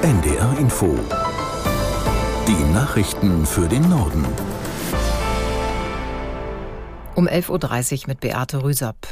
NDR Info. Die Nachrichten für den Norden. Um 11.30 Uhr mit Beate Rüsop.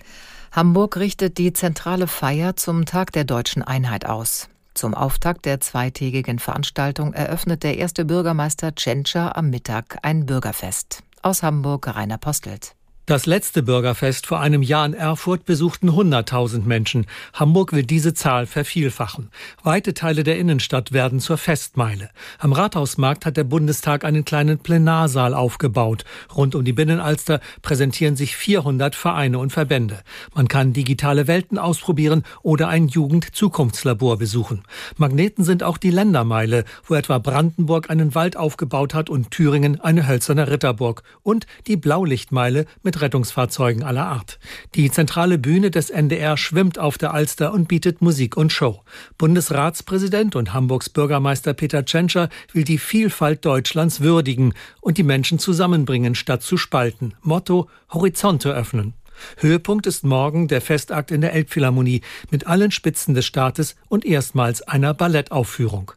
Hamburg richtet die zentrale Feier zum Tag der Deutschen Einheit aus. Zum Auftakt der zweitägigen Veranstaltung eröffnet der erste Bürgermeister Tschentscher am Mittag ein Bürgerfest. Aus Hamburg Rainer Postelt. Das letzte Bürgerfest vor einem Jahr in Erfurt besuchten 100.000 Menschen. Hamburg will diese Zahl vervielfachen. Weite Teile der Innenstadt werden zur Festmeile. Am Rathausmarkt hat der Bundestag einen kleinen Plenarsaal aufgebaut. Rund um die Binnenalster präsentieren sich 400 Vereine und Verbände. Man kann digitale Welten ausprobieren oder ein Jugend-Zukunftslabor besuchen. Magneten sind auch die Ländermeile, wo etwa Brandenburg einen Wald aufgebaut hat und Thüringen eine hölzerne Ritterburg. Und die Blaulichtmeile mit Rettungsfahrzeugen aller Art. Die zentrale Bühne des NDR schwimmt auf der Alster und bietet Musik und Show. Bundesratspräsident und Hamburgs Bürgermeister Peter Tschentscher will die Vielfalt Deutschlands würdigen und die Menschen zusammenbringen, statt zu spalten. Motto: Horizonte öffnen. Höhepunkt ist morgen der Festakt in der Elbphilharmonie mit allen Spitzen des Staates und erstmals einer Ballettaufführung.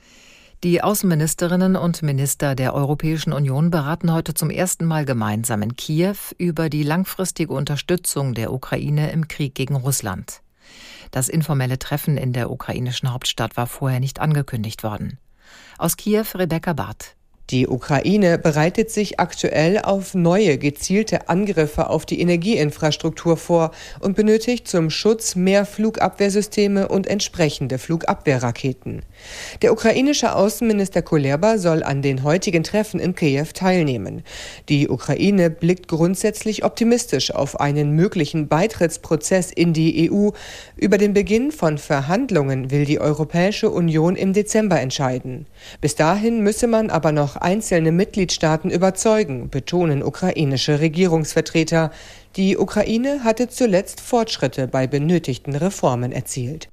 Die Außenministerinnen und Minister der Europäischen Union beraten heute zum ersten Mal gemeinsam in Kiew über die langfristige Unterstützung der Ukraine im Krieg gegen Russland. Das informelle Treffen in der ukrainischen Hauptstadt war vorher nicht angekündigt worden. Aus Kiew Rebecca Barth. Die Ukraine bereitet sich aktuell auf neue gezielte Angriffe auf die Energieinfrastruktur vor und benötigt zum Schutz mehr Flugabwehrsysteme und entsprechende Flugabwehrraketen. Der ukrainische Außenminister Kuleba soll an den heutigen Treffen in Kiew teilnehmen. Die Ukraine blickt grundsätzlich optimistisch auf einen möglichen Beitrittsprozess in die EU. Über den Beginn von Verhandlungen will die Europäische Union im Dezember entscheiden. Bis dahin müsse man aber noch einzelne Mitgliedstaaten überzeugen, betonen ukrainische Regierungsvertreter. Die Ukraine hatte zuletzt Fortschritte bei benötigten Reformen erzielt.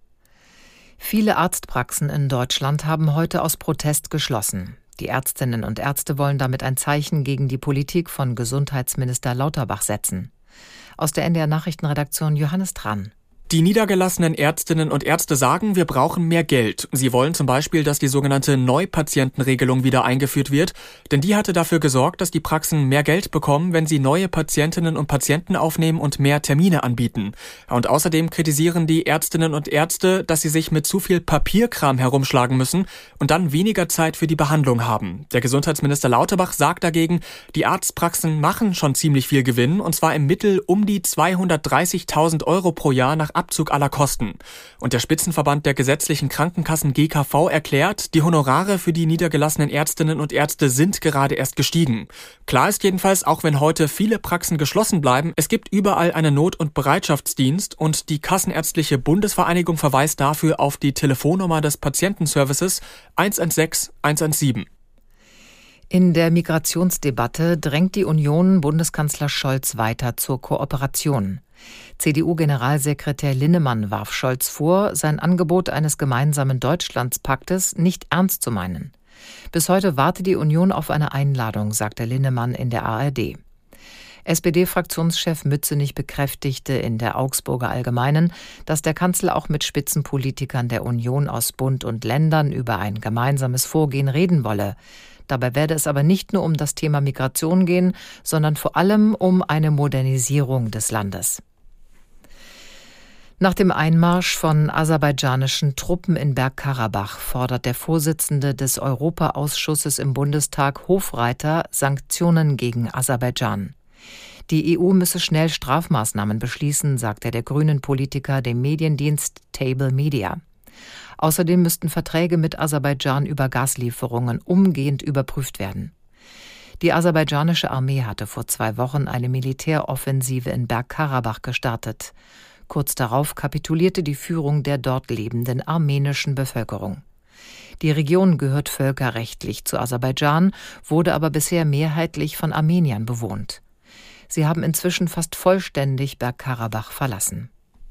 Viele Arztpraxen in Deutschland haben heute aus Protest geschlossen. Die Ärztinnen und Ärzte wollen damit ein Zeichen gegen die Politik von Gesundheitsminister Lauterbach setzen. Aus der NDR Nachrichtenredaktion Johannes Tran. Die niedergelassenen Ärztinnen und Ärzte sagen, wir brauchen mehr Geld. Sie wollen zum Beispiel, dass die sogenannte Neupatientenregelung wieder eingeführt wird, denn die hatte dafür gesorgt, dass die Praxen mehr Geld bekommen, wenn sie neue Patientinnen und Patienten aufnehmen und mehr Termine anbieten. Und außerdem kritisieren die Ärztinnen und Ärzte, dass sie sich mit zu viel Papierkram herumschlagen müssen und dann weniger Zeit für die Behandlung haben. Der Gesundheitsminister Lauterbach sagt dagegen, die Arztpraxen machen schon ziemlich viel Gewinn, und zwar im Mittel um die 230.000 € pro Jahr nach Abzug aller Kosten. Und der Spitzenverband der gesetzlichen Krankenkassen GKV erklärt, die Honorare für die niedergelassenen Ärztinnen und Ärzte sind gerade erst gestiegen. Klar ist jedenfalls, auch wenn heute viele Praxen geschlossen bleiben, es gibt überall einen Not- und Bereitschaftsdienst und die Kassenärztliche Bundesvereinigung verweist dafür auf die Telefonnummer des Patientenservices 116 117. In der Migrationsdebatte drängt die Union Bundeskanzler Scholz weiter zur Kooperation. CDU-Generalsekretär Linnemann warf Scholz vor, sein Angebot eines gemeinsamen Deutschlandspaktes nicht ernst zu meinen. Bis heute warte die Union auf eine Einladung, sagte Linnemann in der ARD. SPD-Fraktionschef Mützenich bekräftigte in der Augsburger Allgemeinen, dass der Kanzler auch mit Spitzenpolitikern der Union aus Bund und Ländern über ein gemeinsames Vorgehen reden wolle. Dabei werde es aber nicht nur um das Thema Migration gehen, sondern vor allem um eine Modernisierung des Landes. Nach dem Einmarsch von aserbaidschanischen Truppen in Bergkarabach fordert der Vorsitzende des Europaausschusses im Bundestag, Hofreiter, Sanktionen gegen Aserbaidschan. Die EU müsse schnell Strafmaßnahmen beschließen, sagte der Grünen-Politiker dem Mediendienst Table Media. Außerdem müssten Verträge mit Aserbaidschan über Gaslieferungen umgehend überprüft werden. Die aserbaidschanische Armee hatte vor 2 Wochen eine Militäroffensive in Bergkarabach gestartet. Kurz darauf kapitulierte die Führung der dort lebenden armenischen Bevölkerung. Die Region gehört völkerrechtlich zu Aserbaidschan, wurde aber bisher mehrheitlich von Armeniern bewohnt. Sie haben inzwischen fast vollständig Bergkarabach verlassen.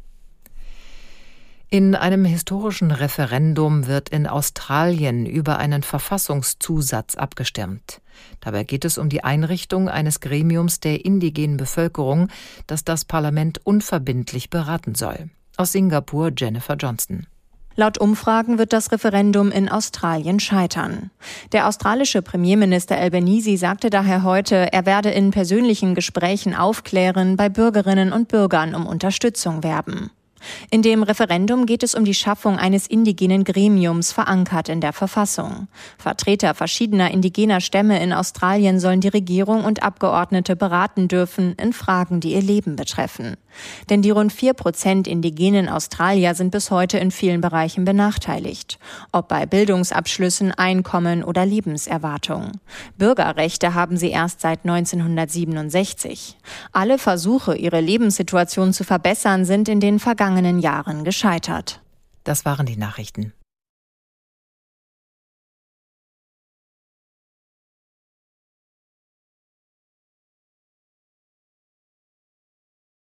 In einem historischen Referendum wird in Australien über einen Verfassungszusatz abgestimmt. Dabei geht es um die Einrichtung eines Gremiums der indigenen Bevölkerung, das das Parlament unverbindlich beraten soll. Aus Singapur Jennifer Johnston. Laut Umfragen wird das Referendum in Australien scheitern. Der australische Premierminister Albanese sagte daher heute, er werde in persönlichen Gesprächen aufklären, bei Bürgerinnen und Bürgern um Unterstützung werben. In dem Referendum geht es um die Schaffung eines indigenen Gremiums, verankert in der Verfassung. Vertreter verschiedener indigener Stämme in Australien sollen die Regierung und Abgeordnete beraten dürfen in Fragen, die ihr Leben betreffen. Denn die rund 4% indigenen Australier sind bis heute in vielen Bereichen benachteiligt. Ob bei Bildungsabschlüssen, Einkommen oder Lebenserwartung. Bürgerrechte haben sie erst seit 1967. Alle Versuche, ihre Lebenssituation zu verbessern, sind in den vergangenen Jahren gescheitert. Das waren die Nachrichten.